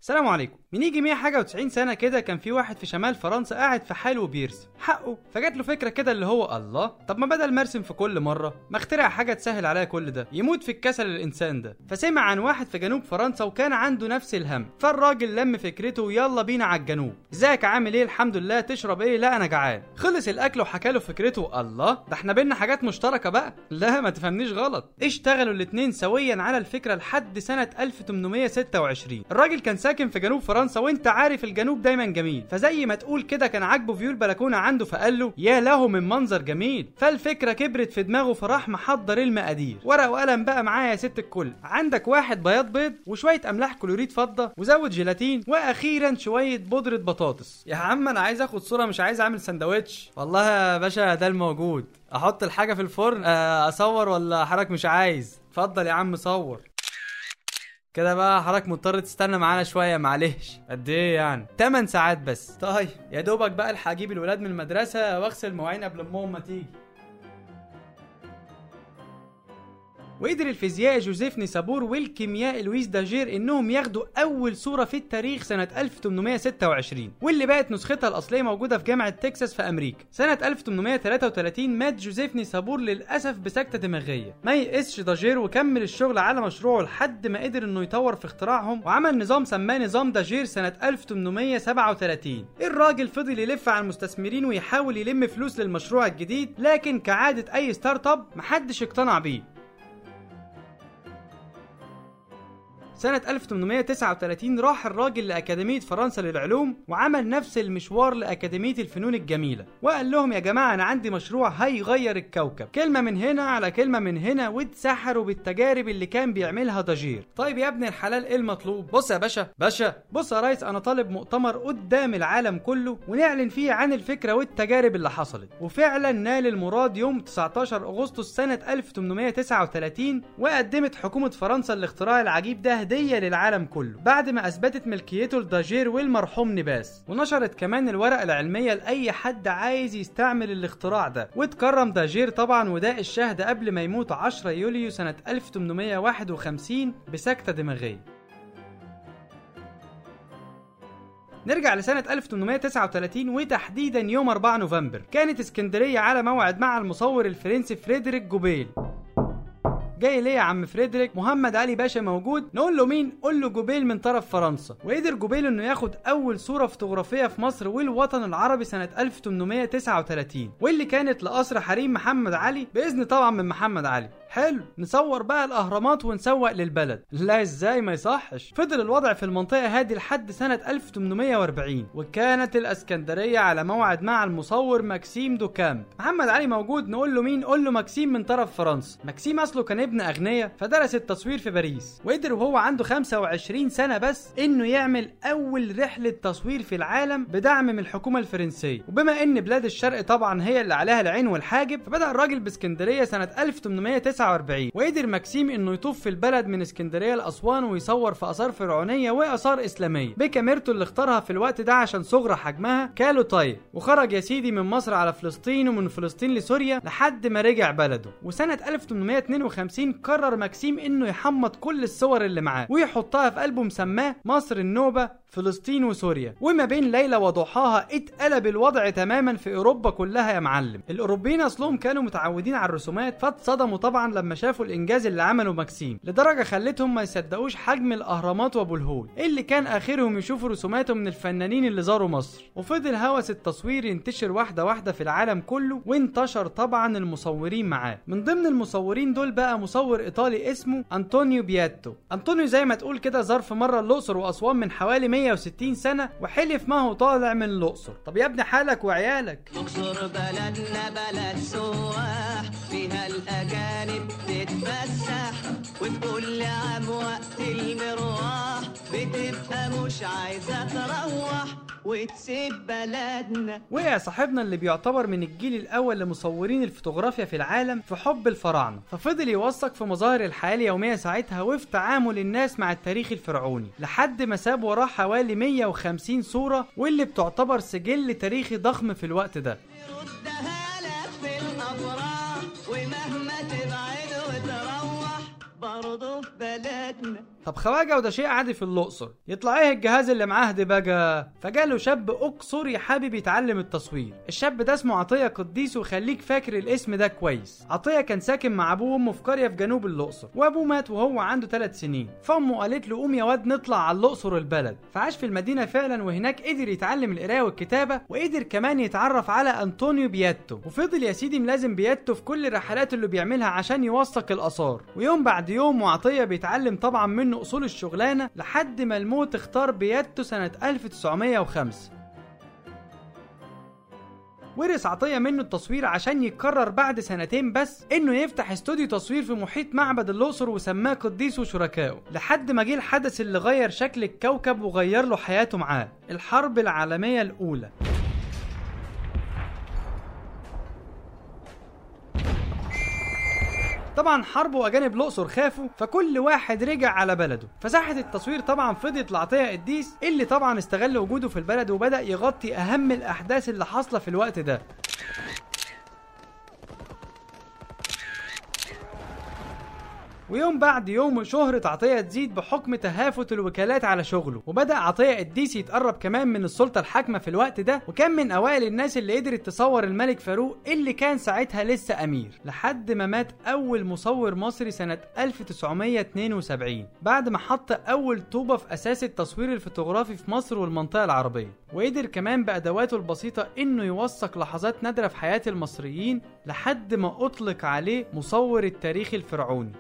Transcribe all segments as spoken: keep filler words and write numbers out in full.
السلام عليكم. من يجي مية حاجه وتسعين سنه كده كان في واحد في شمال فرنسا قاعد في حاله وبيرسم حقه، فجات له فكره كده اللي هو الله، طب ما بدل ما ارسم في كل مره ما اخترع حاجه تسهل عليا كل ده، يموت في الكسل الانسان ده. فسمع عن واحد في جنوب فرنسا وكان عنده نفس الهم، فالراجل لم فكرته ويلا بينا على الجنوب. ازيك عامل ايه؟ الحمد لله. تشرب ايه؟ لا انا جعان. خلص الاكل وحكى له فكرته. الله، ده احنا بينا حاجات مشتركه بقى. لا ما تفهمنيش غلط، اشتغلوا الاثنين سويا على الفكره لحد سنه ألف وثمانمائة وستة وعشرين. الراجل كان ساكن في جنوب فرنسا، وانت عارف الجنوب دايما جميل، فزي ما تقول كده كان عاجبه فيو البلكونه عنده، فقال له يا له من منظر جميل. فالفكره كبرت في دماغه، فراح محضر المقادير، ورقه وقلم بقى معايا يا ست الكل. عندك واحد بياض بيض وشويه املاح كلوريد فضه وزود جيلاتين واخيرا شويه بودره بطاطس. يا عم انا عايز اخد صوره مش عايز اعمل سندوتش. والله يا باشا ده الموجود. احط الحاجه في الفرن اصور ولا حضرتك مش عايز؟ اتفضل يا عم صور كده بقى. حضرتك مضطر تستنى معانا شويه معلش. قد ايه يعني؟ تمن ساعات بس. طيب يا دوبك بقى الحق اجيب الولاد من المدرسه واغسل مواعين قبل امهم ما تيجي. وقدر الفيزيائي جوزيف نيسابور والكيميائي لويس داجير انهم ياخدوا اول صوره في التاريخ سنه ألف وثمانمائة وستة وعشرين، واللي بقت نسختها الاصليه موجوده في جامعه تكساس في امريكا. سنه ألف وثمانمائة وثلاثة وثلاثين مات جوزيف نيسابور للاسف بسكته دماغيه. ما يئسش داجير وكمل الشغل على مشروعه لحد ما قدر انه يطور في اختراعهم وعمل نظام سماه نظام داجير سنه ألف وثمانمائة وسبعة وثلاثين. الراجل فضل يلف على المستثمرين ويحاول يلم فلوس للمشروع الجديد، لكن كعاده اي ستارت اب محدش اقتنع بيه. سنة ألف وثمانمائة وتسعة وثلاثين راح الراجل لأكاديمية فرنسا للعلوم وعمل نفس المشوار لأكاديمية الفنون الجميلة، وقال لهم يا جماعة أنا عندي مشروع هيغير الكوكب، كلمة من هنا على كلمة من هنا، واتسحروا بالتجارب اللي كان بيعملها داجير. طيب يا ابن الحلال ايه المطلوب؟ بص يا باشا باشا بص يا ريس، أنا طالب مؤتمر قدام العالم كله ونعلن فيه عن الفكرة والتجارب اللي حصلت. وفعلا نال المراد يوم تسعة عشر أغسطس سنة ألف وثمانمائة وتسعة وثلاثين، وقدمت حكومة فرنسا الاختراع العجيب ده هدية للعالم كله بعد ما اثبتت ملكيته لداجير والمرحوم نباس، ونشرت كمان الورقه العلميه لاي حد عايز يستعمل الاختراع ده. واتكرم داجير طبعا وده الشهاده قبل ما يموت عشرة يوليو سنه ألف وثمانمائة وواحد وخمسين بسكته دماغيه. نرجع لسنة ألف وثمانمائة وتسعة وثلاثين وتحديدا يوم أربعة نوفمبر، كانت اسكندريه على موعد مع المصور الفرنسي فريدريك جوبيل. جاي ليه يا عم فريدريك؟ محمد علي باشا موجود. نقول له مين؟ قول له جوبيل من طرف فرنسا. وقدر جوبيل انه ياخد اول صوره فوتوغرافيه في مصر والوطن العربي سنه ألف وثمانمائة وتسعة وثلاثين، واللي كانت لقصر حريم محمد علي باذن طبعا من محمد علي. حلو، نصور بقى الاهرامات ونسوق للبلد. لا ازاي ما يصحش. فضل الوضع في المنطقه هادي لحد سنه ألف وثمانمائة وأربعين، وكانت الاسكندريه على موعد مع المصور ماكسيم دوكام. محمد علي موجود. نقول له مين؟ قول له ماكسيم من طرف فرنسا. ماكسيم اصله كان ابن اغنياء فدرس التصوير في باريس، وقدر وهو عنده خمسة وعشرين سنه بس انه يعمل اول رحله تصوير في العالم بدعم من الحكومه الفرنسيه. وبما ان بلاد الشرق طبعا هي اللي عليها العين والحاجب، فبدا الراجل باسكندريه سنه ألف وثمانمائة وتسعة وأربعين، وقدر ماكسيم انه يطوف في البلد من اسكندريه لاسوان ويصور في اثار فرعونيه واثار اسلاميه بكاميرته اللي اختارها في الوقت ده عشان صغرى حجمها كالو طيب. وخرج يا سيدي من مصر على فلسطين ومن فلسطين لسوريا لحد ما رجع بلده. وسنه ألف وثمانمائة واثنين وخمسين قرر ماكسيم انه يحمض كل الصور اللي معاه ويحطها في ألبوم سماه مصر النوبه فلسطين وسوريا. وما بين ليله وضحاها اتقلب الوضع تماما في اوروبا كلها يا معلم. الاوروبيين اصلهم كانوا متعودين على الرسومات، فاتصدموا طبعا لما شافوا الانجاز اللي عمله ماكسيم، لدرجه خلتهم ما يصدقوش حجم الاهرامات وابو الهول اللي كان اخرهم يشوفوا رسوماته من الفنانين اللي زاروا مصر. وفضل هوس التصوير ينتشر واحده واحده في العالم كله، وانتشر طبعا المصورين معاه. من ضمن المصورين دول بقى مصور ايطالي اسمه انطونيو بياتو. انطونيو زي ما تقول كده زار في مره الاقصر واسوان من حوالي مية وستين سنه وحلف ما هو طالع من الاقصر. طب يا ابن حالك وعيالك. الاقصر بلدنا بلد سواح فيها الاجانب تتفسح، وكل عام وقت المروح بتبقى مش عايزه تروح وتسيب بلدنا. ويا صاحبنا اللي بيعتبر من الجيل الاول لمصورين الفوتوغرافيا في العالم في حب الفراعنه، ففضل يوثق في مظاهر الحياه اليوميه ساعتها وفي تعامل الناس مع التاريخ الفرعوني لحد ما ساب وراه حوالي مية وخمسين صوره، واللي بتعتبر سجل تاريخي ضخم في الوقت ده. يردها لك في الافراح ومهما تبعد وتروح برضه في بلدنا. طب خواجه وده شيء عادي في الاقصر، يطلع ايه الجهاز اللي معاه ده بقى؟ فجاله شاب اقصري حابب يتعلم التصوير. الشاب ده اسمه عطيه قديس، وخليك فاكر الاسم ده كويس. عطيه كان ساكن مع ابوه وامه في قريه في جنوب الاقصر، وابوه مات وهو عنده ثلاث سنين. فامه قالت له قوم يا واد نطلع على الاقصر البلد. فعاش في المدينه فعلا، وهناك قدر يتعلم القراءه والكتابه، وقدر كمان يتعرف على انطونيو بياتو. وفضل يا سيدي ملازم بياتو في كل الرحلات اللي بيعملها عشان يوثق الاثار. ويوم بعد يوم وعطيه بيتعلم طبعا منه اصول الشغلانه، لحد ما الموت اختار بياتو سنه ألف وتسعمية وخمسة. ورث عطيه منه التصوير عشان يقرر بعد سنتين بس انه يفتح استوديو تصوير في محيط معبد الاقصر، وسماه قديس وشركائه. لحد ما جه الحدث اللي غير شكل الكوكب وغير له حياته معاه، الحرب العالميه الاولى. طبعا حرب واجانب الاقصر خافوا، فكل واحد رجع على بلده. فساحه التصوير طبعا فضيت لعطيه قديس، اللي طبعا استغل وجوده في البلد وبدا يغطي اهم الاحداث اللي حاصله في الوقت ده. ويوم بعد يوم شهرة عطية تزيد بحكم تهافت الوكالات على شغله، وبدأ عطية قديس يتقرب كمان من السلطة الحاكمة في الوقت ده، وكان من أوائل الناس اللي قدرت تصور الملك فاروق اللي كان ساعتها لسه أمير، لحد ما مات أول مصور مصري سنة ألف وتسعمية اتنين وسبعين بعد ما حط أول طوبة في أساس التصوير الفوتوغرافي في مصر والمنطقة العربية. وقدر كمان بأدواته البسيطة إنه يوثق لحظات نادرة في حياة المصريين، لحد ما أطلق عليه مصور التاريخ الفرعوني.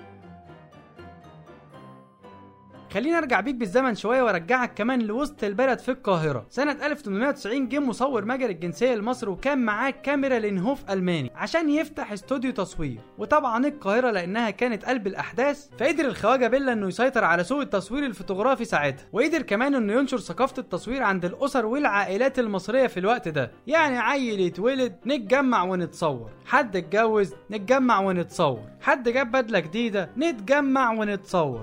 خلينا ارجع بيك بالزمن شويه وارجعك كمان لوسط البلد في القاهره. سنه ألف وثمانمية وتسعين جه مصور مجري الجنسيه لمصر، وكان معاه كاميرا لينهوف الماني عشان يفتح استوديو تصوير. وطبعا القاهره لانها كانت قلب الاحداث، فقدر الخواجه بيلا انه يسيطر على سوق التصوير الفوتوغرافي ساعتها، وقدر كمان انه ينشر ثقافه التصوير عند الاسر والعائلات المصريه في الوقت ده. يعني عيل يتولد نتجمع ونتصور، حد اتجوز نتجمع ونتصور، حد جاب بدله جديده نتجمع ونتصور.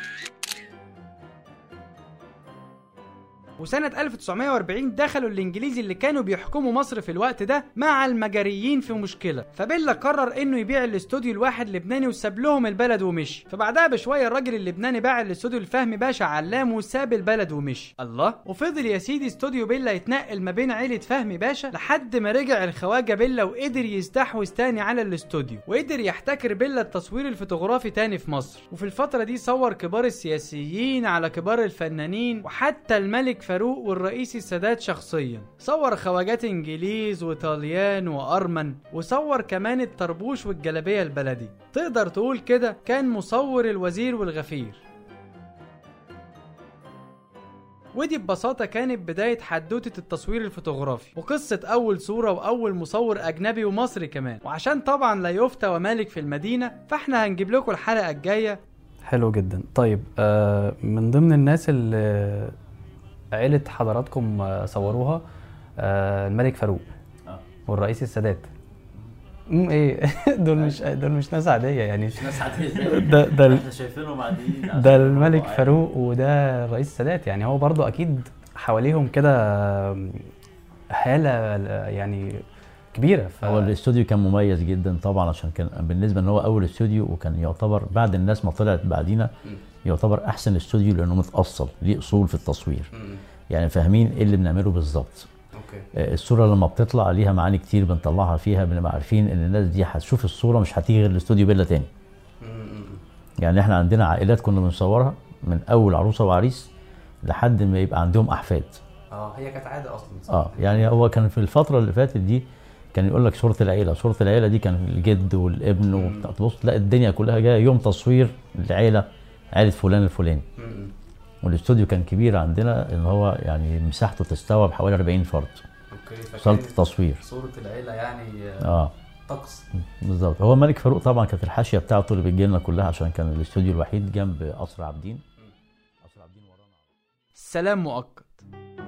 وسنة ألف وتسعمية وأربعين دخلوا الانجليز اللي كانوا بيحكموا مصر في الوقت ده مع المجريين في مشكلة، فبيلا قرر انه يبيع الاستوديو لواحد لبناني وساب لهم البلد ومشي. فبعدها بشوية الراجل اللبناني باع الاستوديو لفهمي باشا علام وساب البلد ومشي. الله. وفضل يا سيدي استوديو بيلا يتنقل ما بين عيلة فهمي باشا لحد ما رجع الخواجة بيلا وقدر يستحوذ تاني على الاستوديو، وقدر يحتكر بيلا التصوير الفوتوغرافي تاني في مصر. وفي الفترة دي صور كبار السياسيين على كبار الفنانين، وحتى الملك فاروق والرئيس السادات شخصيا. صور خواجات انجليز وطاليان وارمن، وصور كمان الطربوش والجلابيه البلدي. تقدر تقول كده كان مصور الوزير والغفير. ودي ببساطة كانت بداية حدوتة التصوير الفوتوغرافي، وقصة أول صورة وأول مصور أجنبي ومصري كمان. وعشان طبعا لا يفتى ومالك في المدينة، فاحنا هنجيب لكم الحلقة الجاية. حلو جدا. طيب آه من ضمن الناس اللي عيلة حضراتكم صوروها آه الملك فاروق آه. والرئيس السادات. امم ايه دول مش دول مش ناس عاديه يعني، مش ناس عاديه ده ده احنا شايفينهم عاديين. ده الملك فاروق وده الرئيس السادات، يعني هو برضو اكيد حواليهم كده حاله يعني كبيره. ف... هو الاستوديو كان مميز جدا طبعا، عشان كان بالنسبه ان هو اول استوديو، وكان يعتبر بعد الناس ما طلعت بعدينا يعتبر احسن استوديو لانه متاصل ليه اصول في التصوير. م. يعني فاهمين ايه اللي بنعمله بالظبط. اوكي. الصوره لما بتطلع ليها معاني كتير بنطلعها فيها، بنبقى عارفين ان الناس دي هتشوف الصوره مش هتيجي غير الاستوديو بيلا تاني. م. يعني احنا عندنا عائلات كنا بنصورها من اول عروسه وعريس لحد ما يبقى عندهم احفاد. اه هي كانت عاده اصلا. اه يعني هو كان في الفتره اللي فاتت دي كان يقول لك صوره العيله، صوره العيله دي كان الجد والابن وتبص تلاقي الدنيا كلها جايه يوم تصوير العيله، عيله فلان الفلاني. والاستوديو كان كبير عندنا، ان هو يعني مساحته تستوعب حوالي أربعين فرد. اوكي. صاله التصوير صوره العيله يعني اه طقس بالظبط. هو الملك فاروق طبعا كانت الحاشيه بتاعته اللي بتجي لنا كلها، عشان كان الاستوديو الوحيد جنب قصر عابدين. قصر عابدين ورانا. سلام مؤقت.